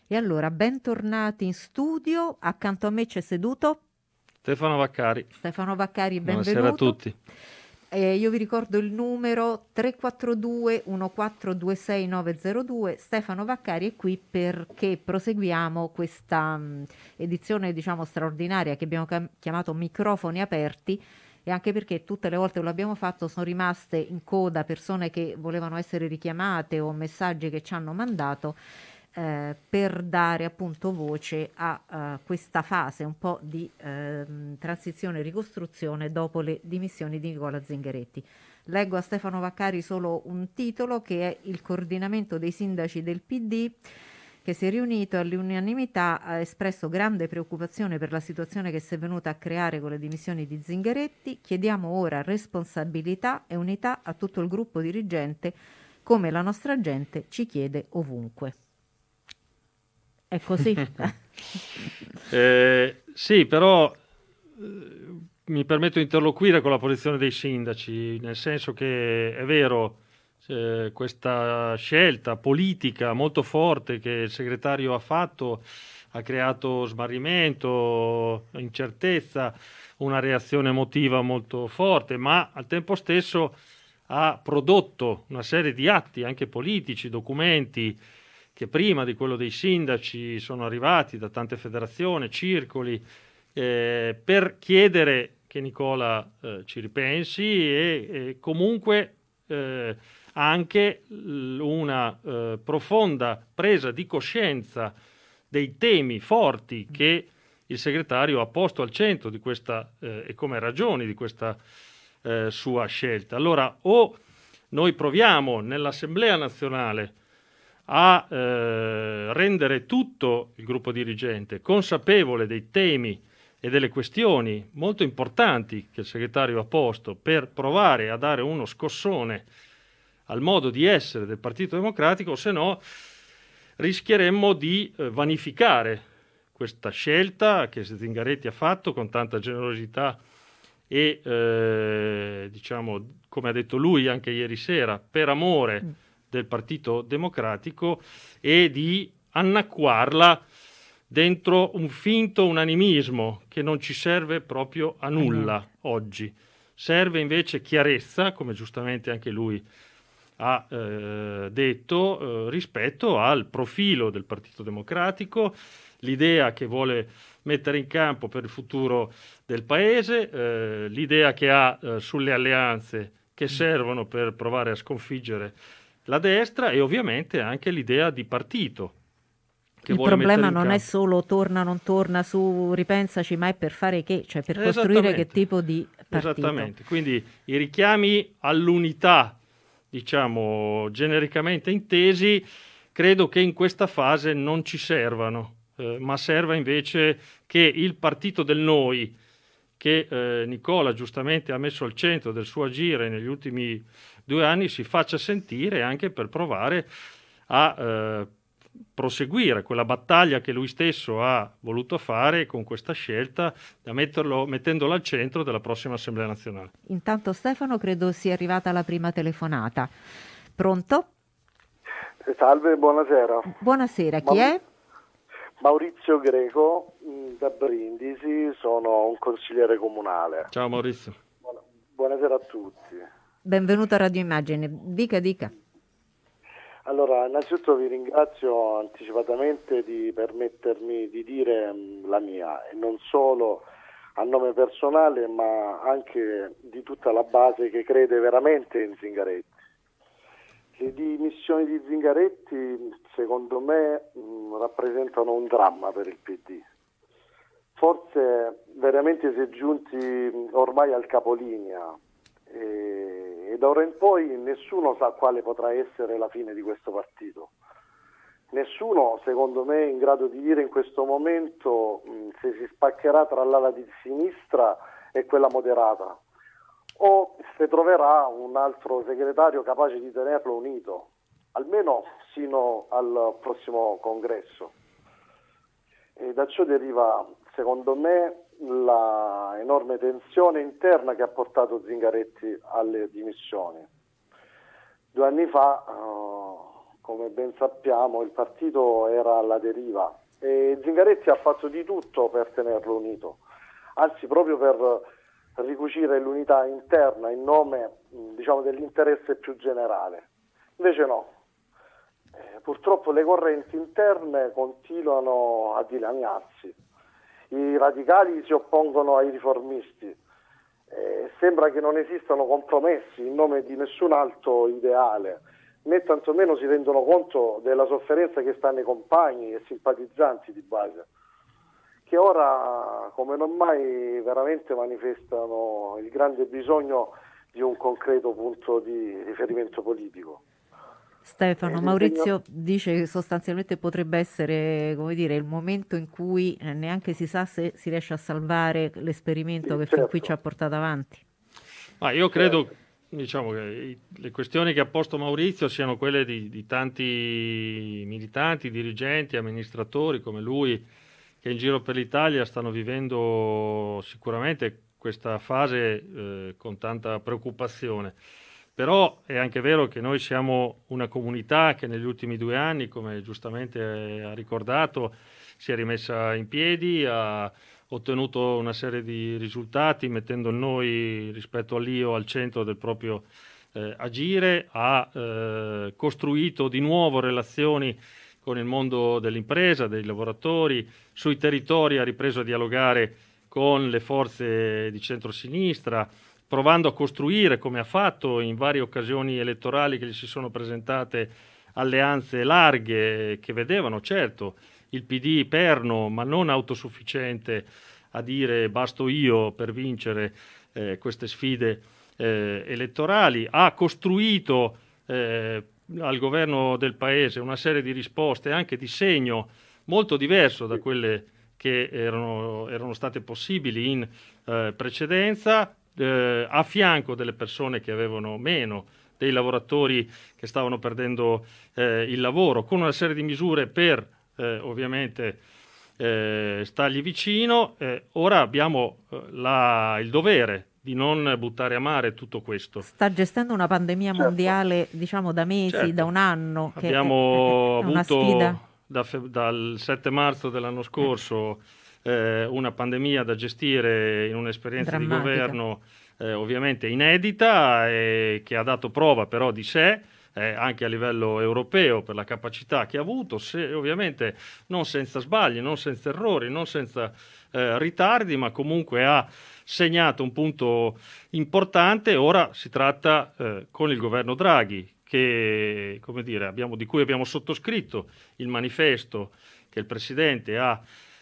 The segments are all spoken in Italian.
E allora, bentornati in studio. Accanto a me c'è seduto Stefano Vaccari, Stefano Vaccari, buonasera a benvenuto. tutti. Io vi ricordo il numero 342 1426 902. Stefano Vaccari è qui perché proseguiamo questa edizione, diciamo, straordinaria che abbiamo chiamato Microfoni aperti, e anche perché tutte le volte che l'abbiamo fatto sono rimaste in coda persone che volevano essere richiamate o messaggi che ci hanno mandato, per dare appunto voce a questa fase un po' di transizione e ricostruzione dopo le dimissioni di Nicola Zingaretti. Leggo a Stefano Vaccari solo un titolo, che è il coordinamento dei sindaci del PD, che si è riunito all'unanimità, ha espresso grande preoccupazione per la situazione che si è venuta a creare con le dimissioni di Zingaretti. Chiediamo ora responsabilità e unità a tutto il gruppo dirigente, come la nostra gente ci chiede ovunque. È così. Sì, però mi permetto di interloquire con la posizione dei sindaci, nel senso che è vero, questa scelta politica molto forte che il segretario ha fatto ha creato smarrimento, incertezza, una reazione emotiva molto forte, ma al tempo stesso ha prodotto una serie di atti anche politici, documenti che prima di quello dei sindaci sono arrivati da tante federazioni, circoli, per chiedere che Nicola ci ripensi e comunque anche una profonda presa di coscienza dei temi forti che il segretario ha posto al centro di questa e come ragioni di questa sua scelta. Allora, o noi proviamo nell'Assemblea nazionale a rendere tutto il gruppo dirigente consapevole dei temi e delle questioni molto importanti che il segretario ha posto, per provare a dare uno scossone al modo di essere del Partito Democratico, se no rischieremmo di vanificare questa scelta che Zingaretti ha fatto con tanta generosità e diciamo, come ha detto lui anche ieri sera, per amore del Partito Democratico, e di annacquarla dentro un finto unanimismo che non ci serve proprio a nulla oggi. Serve invece chiarezza, come giustamente anche lui ha detto, rispetto al profilo del Partito Democratico, l'idea che vuole mettere in campo per il futuro del Paese, l'idea che ha sulle alleanze che servono per provare a sconfiggere la destra, e ovviamente anche l'idea di partito che Il vuole mettere problema in non è campo. solo torna, non torna su ripensaci, ma è per fare che, cioè per costruire che Esattamente, tipo di partito. esattamente. Quindi i richiami all'unità, diciamo genericamente intesi, credo che in questa fase non ci servano, ma serva invece che il partito del noi, che Nicola giustamente ha messo al centro del suo agire negli ultimi 2 anni, si faccia sentire anche per provare a proseguire quella battaglia che lui stesso ha voluto fare con questa scelta, da mettendolo al centro della prossima Assemblea nazionale. Intanto Stefano, credo sia arrivata la prima telefonata. Pronto? Salve, buonasera. Buonasera, chi è? Maurizio Greco, da Brindisi, sono un consigliere comunale. Ciao Maurizio. Buonasera a tutti. Benvenuto a Radio Immagine. Dica. Allora, innanzitutto vi ringrazio anticipatamente di permettermi di dire la mia, e non solo a nome personale, ma anche di tutta la base che crede veramente in Zingaretti. Le dimissioni di Zingaretti, secondo me, rappresentano un dramma per il PD. Forse veramente si è giunti ormai al capolinea, e da ora in poi nessuno sa quale potrà essere la fine di questo partito. Nessuno, secondo me, è in grado di dire in questo momento se si spaccherà tra l'ala di sinistra e quella moderata, o se troverà un altro segretario capace di tenerlo unito, almeno sino al prossimo congresso. E da ciò deriva, secondo me, la enorme tensione interna che ha portato Zingaretti alle dimissioni. 2 anni fa, come ben sappiamo, il partito era alla deriva e Zingaretti ha fatto di tutto per tenerlo unito, anzi proprio per ricucire l'unità interna in nome, diciamo, dell'interesse più generale. Invece no, purtroppo le correnti interne continuano a dilaniarsi, i radicali si oppongono ai riformisti, sembra che non esistano compromessi in nome di nessun altro ideale, né tantomeno si rendono conto della sofferenza che sta nei compagni e simpatizzanti di base, che ora come non mai veramente manifestano il grande bisogno di un concreto punto di riferimento politico. Stefano, Maurizio dice che sostanzialmente potrebbe essere, come dire, il momento in cui neanche si sa se si riesce a salvare l'esperimento che fin qui ci ha portato avanti. Ma io credo, diciamo, che le questioni che ha posto Maurizio siano quelle di tanti militanti, dirigenti, amministratori come lui, che in giro per l'Italia stanno vivendo sicuramente questa fase con tanta preoccupazione. Però è anche vero che noi siamo una comunità che negli ultimi 2 anni, come giustamente ha ricordato, si è rimessa in piedi, ha ottenuto una serie di risultati mettendo noi rispetto all'io al centro del proprio agire, ha costruito di nuovo relazioni con il mondo dell'impresa, dei lavoratori, sui territori ha ripreso a dialogare con le forze di centrosinistra, provando a costruire, come ha fatto in varie occasioni elettorali che gli si sono presentate, alleanze larghe che vedevano certo il PD perno ma non autosufficiente a dire basto io per vincere queste sfide elettorali, ha costruito al governo del Paese una serie di risposte anche di segno molto diverso da quelle che erano state possibili in precedenza, a fianco delle persone che avevano meno, dei lavoratori che stavano perdendo il lavoro, con una serie di misure per ovviamente stargli vicino. Ora abbiamo il dovere di non buttare a mare tutto questo. Sta gestendo una pandemia mondiale, diciamo, da mesi, da un anno. Abbiamo è una avuto sfida. dal 7 marzo dell'anno scorso una pandemia da gestire in un'esperienza Drammatica. di governo ovviamente inedita e che ha dato prova però di sé anche a livello europeo per la capacità che ha avuto, ovviamente non senza sbagli, non senza errori, non senza ritardi, ma comunque ha segnato un punto importante. Ora si tratta con il governo Draghi che, come dire, di cui abbiamo sottoscritto il manifesto che il Presidente ha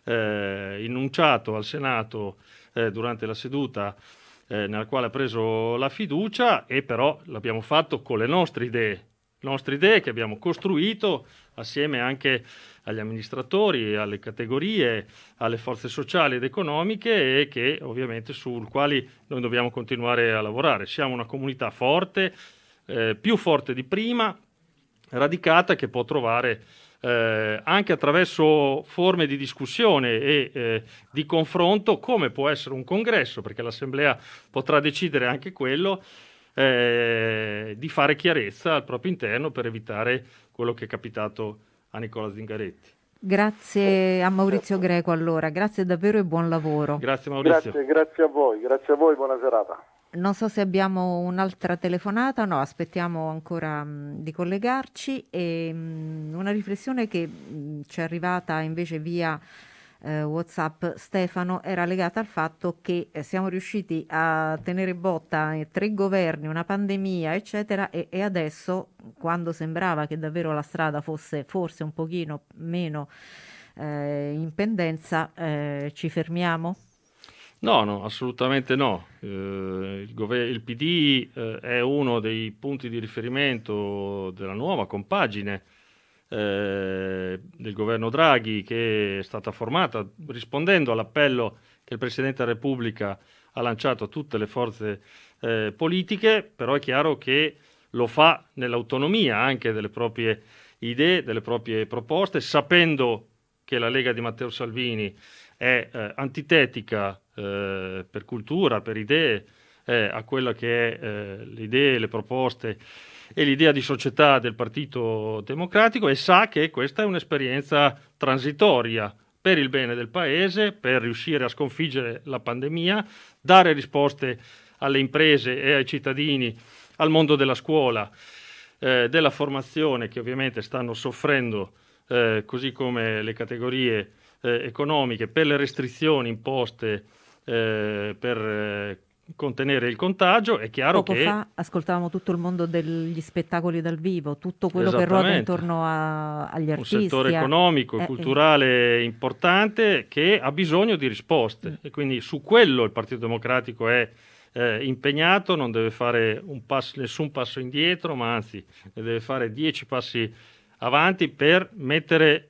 enunciato al Senato durante la seduta nella quale ha preso la fiducia, e però l'abbiamo fatto con le nostre idee che abbiamo costruito assieme anche agli amministratori, alle categorie, alle forze sociali ed economiche, e che ovviamente sul quali noi dobbiamo continuare a lavorare. Siamo una comunità forte, più forte di prima, radicata, che può trovare anche attraverso forme di discussione e di confronto, come può essere un congresso, perché l'Assemblea potrà decidere anche quello, di fare chiarezza al proprio interno per evitare quello che è capitato a Nicola Zingaretti. Grazie a Maurizio Greco, allora, grazie davvero e buon lavoro. Grazie Maurizio. Grazie a voi, buona serata. Non so se abbiamo un'altra telefonata, no, aspettiamo ancora di collegarci. E una riflessione che ci è arrivata invece via WhatsApp, Stefano, era legata al fatto che siamo riusciti a tenere botta 3 governi, una pandemia, eccetera, e adesso, quando sembrava che davvero la strada fosse forse un pochino meno in pendenza, ci fermiamo? No, assolutamente no. Il PD è uno dei punti di riferimento della nuova compagine del governo Draghi, che è stata formata rispondendo all'appello che il Presidente della Repubblica ha lanciato a tutte le forze politiche, però è chiaro che lo fa nell'autonomia anche delle proprie idee, delle proprie proposte, sapendo che la Lega di Matteo Salvini è antitetica per cultura, per idee, a quella che è le idee, le proposte e l'idea di società del Partito Democratico, e sa che questa è un'esperienza transitoria per il bene del Paese, per riuscire a sconfiggere la pandemia, dare risposte alle imprese e ai cittadini, al mondo della scuola, della formazione, che ovviamente stanno soffrendo, così come le categorie economiche, per le restrizioni imposte per contenere il contagio. È chiaro Poco che fa ascoltavamo tutto il mondo degli spettacoli dal vivo, tutto quello che ruota intorno agli artisti. Un settore economico e culturale importante che ha bisogno di risposte, e quindi su quello il Partito Democratico è impegnato, non deve fare nessun passo indietro, ma anzi ne deve fare 10 passi avanti per mettere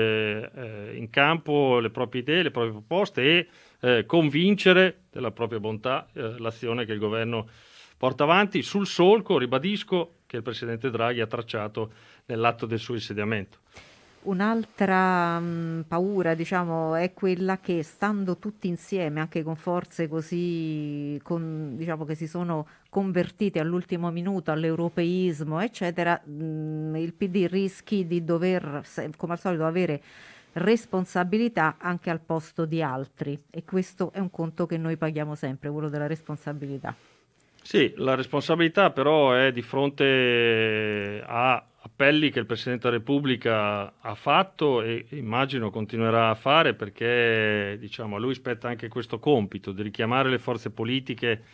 in campo le proprie idee, le proprie proposte e convincere della propria bontà l'azione che il governo porta avanti sul solco, ribadisco, che il Presidente Draghi ha tracciato nell'atto del suo insediamento. Un'altra paura, diciamo, è quella che, stando tutti insieme, anche con forze così, diciamo, che si sono convertite all'ultimo minuto all'europeismo, eccetera, il PD rischi di dover, come al solito, avere responsabilità anche al posto di altri, e questo è un conto che noi paghiamo sempre, quello della responsabilità. Sì, la responsabilità però è di fronte a appelli che il Presidente della Repubblica ha fatto e immagino continuerà a fare, perché diciamo a lui spetta anche questo compito di richiamare le forze politiche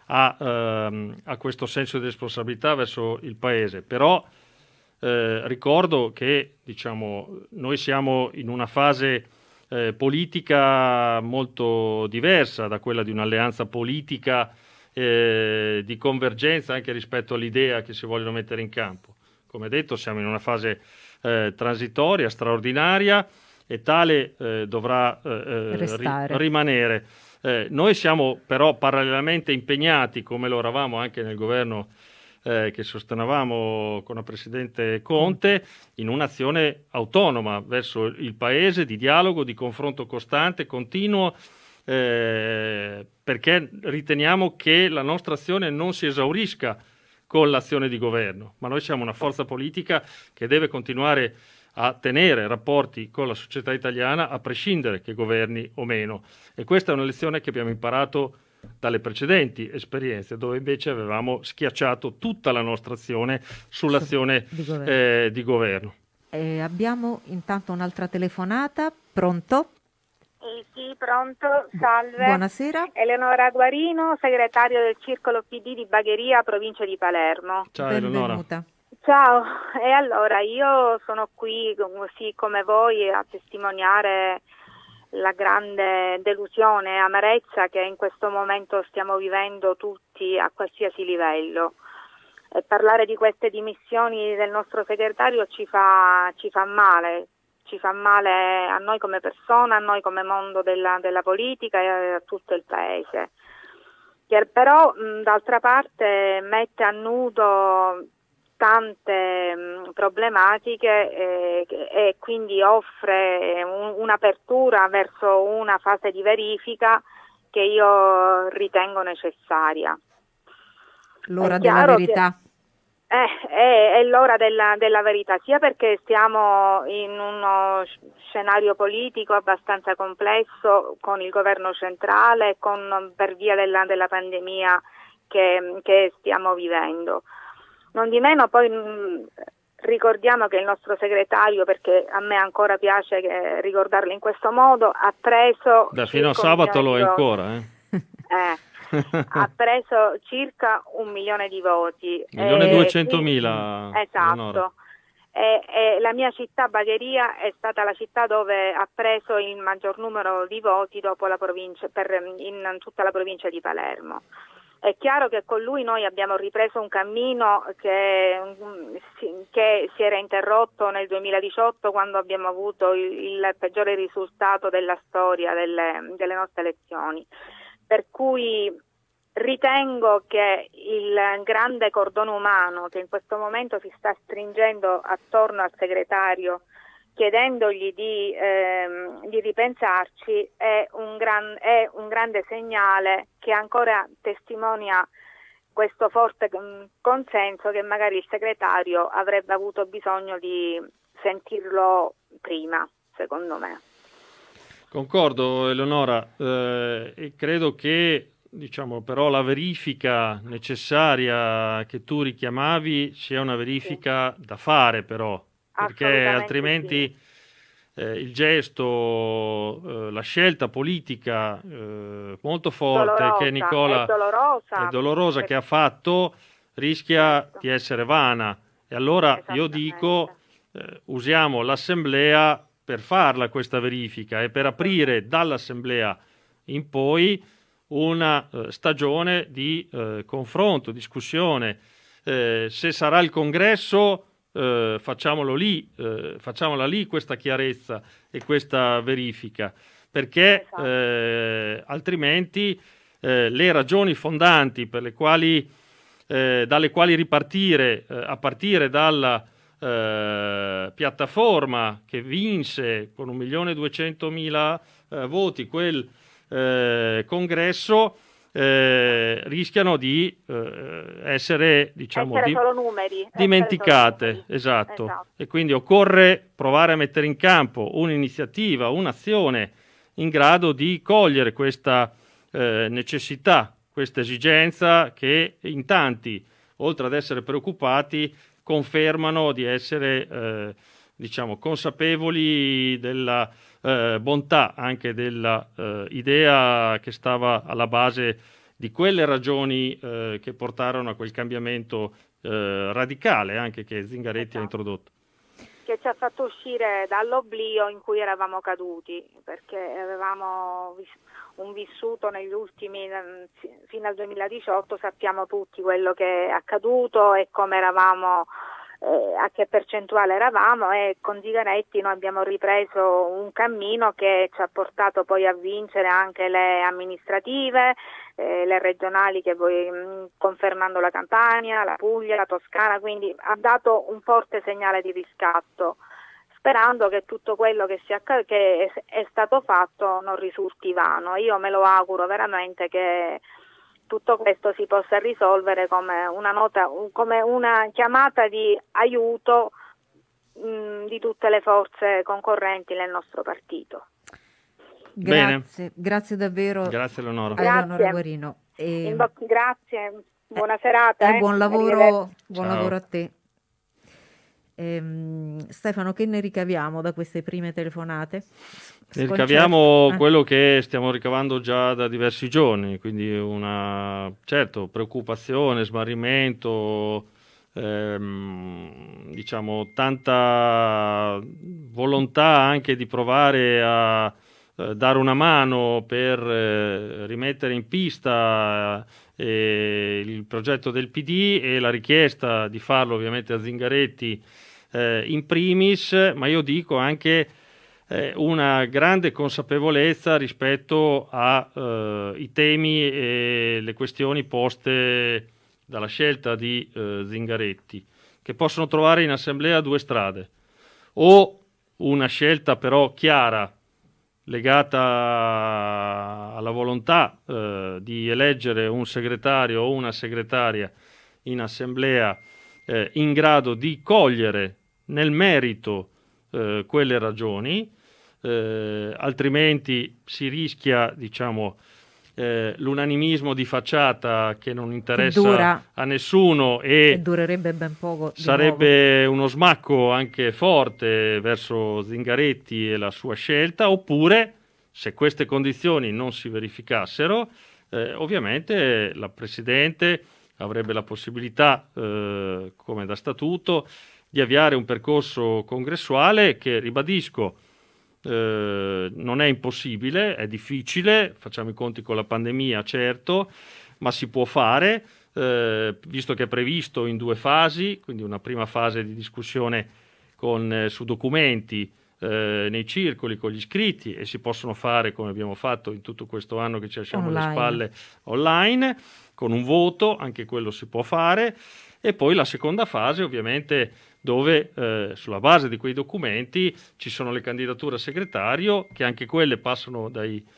a questo senso di responsabilità verso il Paese. Però ricordo che diciamo, noi siamo in una fase politica molto diversa da quella di un'alleanza politica di convergenza anche rispetto all'idea che si vogliono mettere in campo. Come detto, siamo in una fase transitoria, straordinaria, e tale dovrà rimanere. Noi siamo però parallelamente impegnati, come lo eravamo anche nel governo che sostenevamo con la Presidente Conte, in un'azione autonoma verso il Paese, di dialogo, di confronto costante, continuo, perché riteniamo che la nostra azione non si esaurisca con l'azione di governo, ma noi siamo una forza politica che deve continuare a tenere rapporti con la società italiana a prescindere che governi o meno, e questa è una lezione che abbiamo imparato dalle precedenti esperienze, dove invece avevamo schiacciato tutta la nostra azione sull'azione di governo. Abbiamo intanto un'altra telefonata. Pronto? Sì, pronto, salve. Buonasera. Eleonora Guarino, segretario del Circolo PD di Bagheria, provincia di Palermo. Ciao Benvenuta. Eleonora. Ciao, e allora io sono qui così come voi a testimoniare la grande delusione e amarezza che in questo momento stiamo vivendo tutti a qualsiasi livello. E parlare di queste dimissioni del nostro segretario ci fa male. Ci fa male a noi come persona, a noi come mondo della politica e a tutto il Paese. Che però d'altra parte mette a nudo tante problematiche e quindi offre un'apertura verso una fase di verifica che io ritengo necessaria. L'ora della verità. È l'ora della verità, sia perché stiamo in uno scenario politico abbastanza complesso con il governo centrale, per via della pandemia che stiamo vivendo. Non di meno poi ricordiamo che il nostro segretario, perché a me ancora piace ricordarlo in questo modo, ha preso... fino a sabato lo è ancora. Ha preso circa 1 milione di voti. 1.200.000. Esatto. E la mia città, Bagheria, è stata la città dove ha preso il maggior numero di voti dopo la provincia, in tutta la provincia di Palermo. È chiaro che con lui noi abbiamo ripreso un cammino che si era interrotto nel 2018, quando abbiamo avuto il peggiore risultato della storia delle nostre elezioni. Per cui ritengo che il grande cordone umano che in questo momento si sta stringendo attorno al segretario, chiedendogli di ripensarci, è un grande segnale che ancora testimonia questo forte consenso che magari il segretario avrebbe avuto bisogno di sentirlo prima, secondo me. Concordo, Eleonora, e credo che, diciamo, però la verifica necessaria che tu richiamavi sia una verifica da fare, però, perché altrimenti il gesto, la scelta politica molto forte dolorosa, che Nicola è dolorosa che ha fatto rischia di essere vana. E allora io dico, usiamo l'assemblea per farla questa verifica e per aprire dall'assemblea in poi una stagione di confronto, discussione. Se sarà il congresso, facciamola lì questa chiarezza e questa verifica, perché altrimenti le ragioni fondanti per le quali, dalle quali ripartire, a partire dalla piattaforma che vinse con 1.200.000 voti quel congresso, rischiano di essere, diciamo, solo numeri, dimenticate. Solo numeri. Esatto. E quindi occorre provare a mettere in campo un'iniziativa, un'azione in grado di cogliere questa necessità, questa esigenza che in tanti, oltre ad essere preoccupati, confermano di essere diciamo, consapevoli della bontà anche della idea che stava alla base di quelle ragioni che portarono a quel cambiamento radicale anche che Zingaretti ha introdotto. Che ci ha fatto uscire dall'oblio in cui eravamo caduti, perché avevamo un vissuto negli ultimi, fino al 2018, sappiamo tutti quello che è accaduto e come eravamo, a che percentuale eravamo, e con Zingaretti noi abbiamo ripreso un cammino che ci ha portato poi a vincere anche le amministrative, le regionali, che poi confermando la Campania, la Puglia, la Toscana, quindi ha dato un forte segnale di riscatto, sperando che tutto quello che è stato fatto non risulti vano. Io me lo auguro veramente che tutto questo si possa risolvere come una chiamata di aiuto di tutte le forze concorrenti nel nostro partito. Grazie davvero. Grazie Eleonora. Eleonora Guarino. Grazie, buona serata. Buon lavoro a te. Stefano, che ne ricaviamo da queste prime telefonate? Ne ricaviamo quello che stiamo ricavando già da diversi giorni, quindi una preoccupazione, smarrimento, diciamo tanta volontà anche di provare a dare una mano per rimettere in pista il progetto del PD e la richiesta di farlo ovviamente a Zingaretti in primis, ma io dico anche una grande consapevolezza rispetto ai temi e le questioni poste dalla scelta di Zingaretti, che possono trovare in assemblea due strade: o una scelta però chiara legata alla volontà di eleggere un segretario o una segretaria in assemblea in grado di cogliere nel merito quelle ragioni, altrimenti si rischia, diciamo, l'unanimismo di facciata che non interessa a nessuno e durerebbe ben poco. Sarebbe uno smacco anche forte verso Zingaretti e la sua scelta. Oppure, se queste condizioni non si verificassero, ovviamente la Presidente avrebbe la possibilità, come da statuto, di avviare un percorso congressuale che, ribadisco, non è impossibile, è difficile, facciamo i conti con la pandemia, certo, ma si può fare, visto che è previsto in due fasi, quindi una prima fase di discussione su documenti nei circoli con gli iscritti, e si possono fare, come abbiamo fatto in tutto questo anno che ci lasciamo alle spalle, online, con un voto, anche quello si può fare, e poi la seconda fase ovviamente dove sulla base di quei documenti ci sono le candidature a segretario, che anche quelle passano dai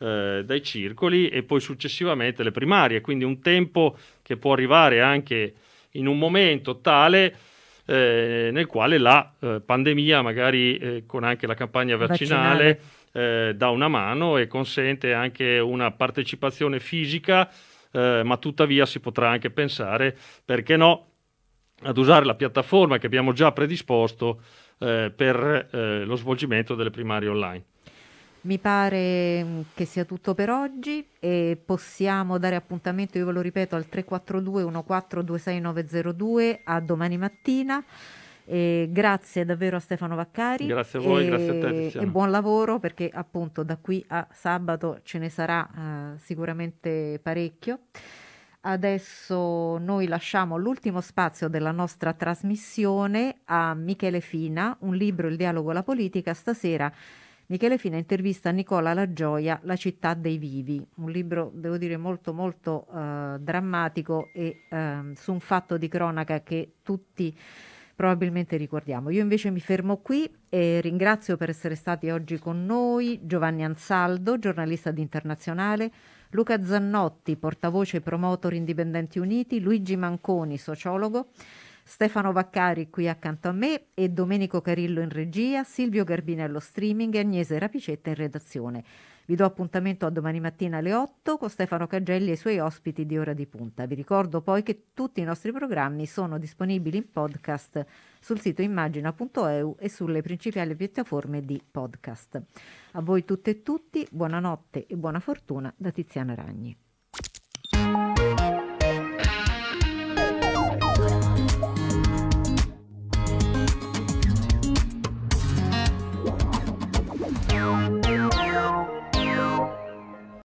dai circoli, e poi successivamente le primarie, quindi un tempo che può arrivare anche in un momento tale nel quale la pandemia, magari con anche la campagna vaccinale, dà una mano e consente anche una partecipazione fisica, ma tuttavia si potrà anche pensare, perché no, ad usare la piattaforma che abbiamo già predisposto per lo svolgimento delle primarie online. Mi pare che sia tutto per oggi e possiamo dare appuntamento, io ve lo ripeto, al 342 1426902 a domani mattina. Grazie davvero a Stefano Vaccari. Grazie a voi, grazie a te, Tiziana. E buon lavoro, perché appunto da qui a sabato ce ne sarà sicuramente parecchio. Adesso noi lasciamo l'ultimo spazio della nostra trasmissione a Michele Fina, un libro, Il dialogo e la politica. Stasera Michele Fina intervista Nicola La Gioia, La città dei vivi, un libro, devo dire, molto molto drammatico e su un fatto di cronaca che tutti probabilmente ricordiamo. Io invece mi fermo qui e ringrazio per essere stati oggi con noi Giovanni Ansaldo, giornalista di Internazionale, Luca Zannotti, portavoce e promotor Indipendenti Uniti, Luigi Manconi, sociologo, Stefano Vaccari qui accanto a me e Domenico Carillo in regia, Silvio Garbini allo streaming e Agnese Rapicetta in redazione. Vi do appuntamento a domani mattina alle 8 con Stefano Cagelli e i suoi ospiti di Ora di Punta. Vi ricordo poi che tutti i nostri programmi sono disponibili in podcast sul sito immagina.eu e sulle principali piattaforme di podcast. A voi tutte e tutti, buonanotte e buona fortuna da Tiziana Ragni.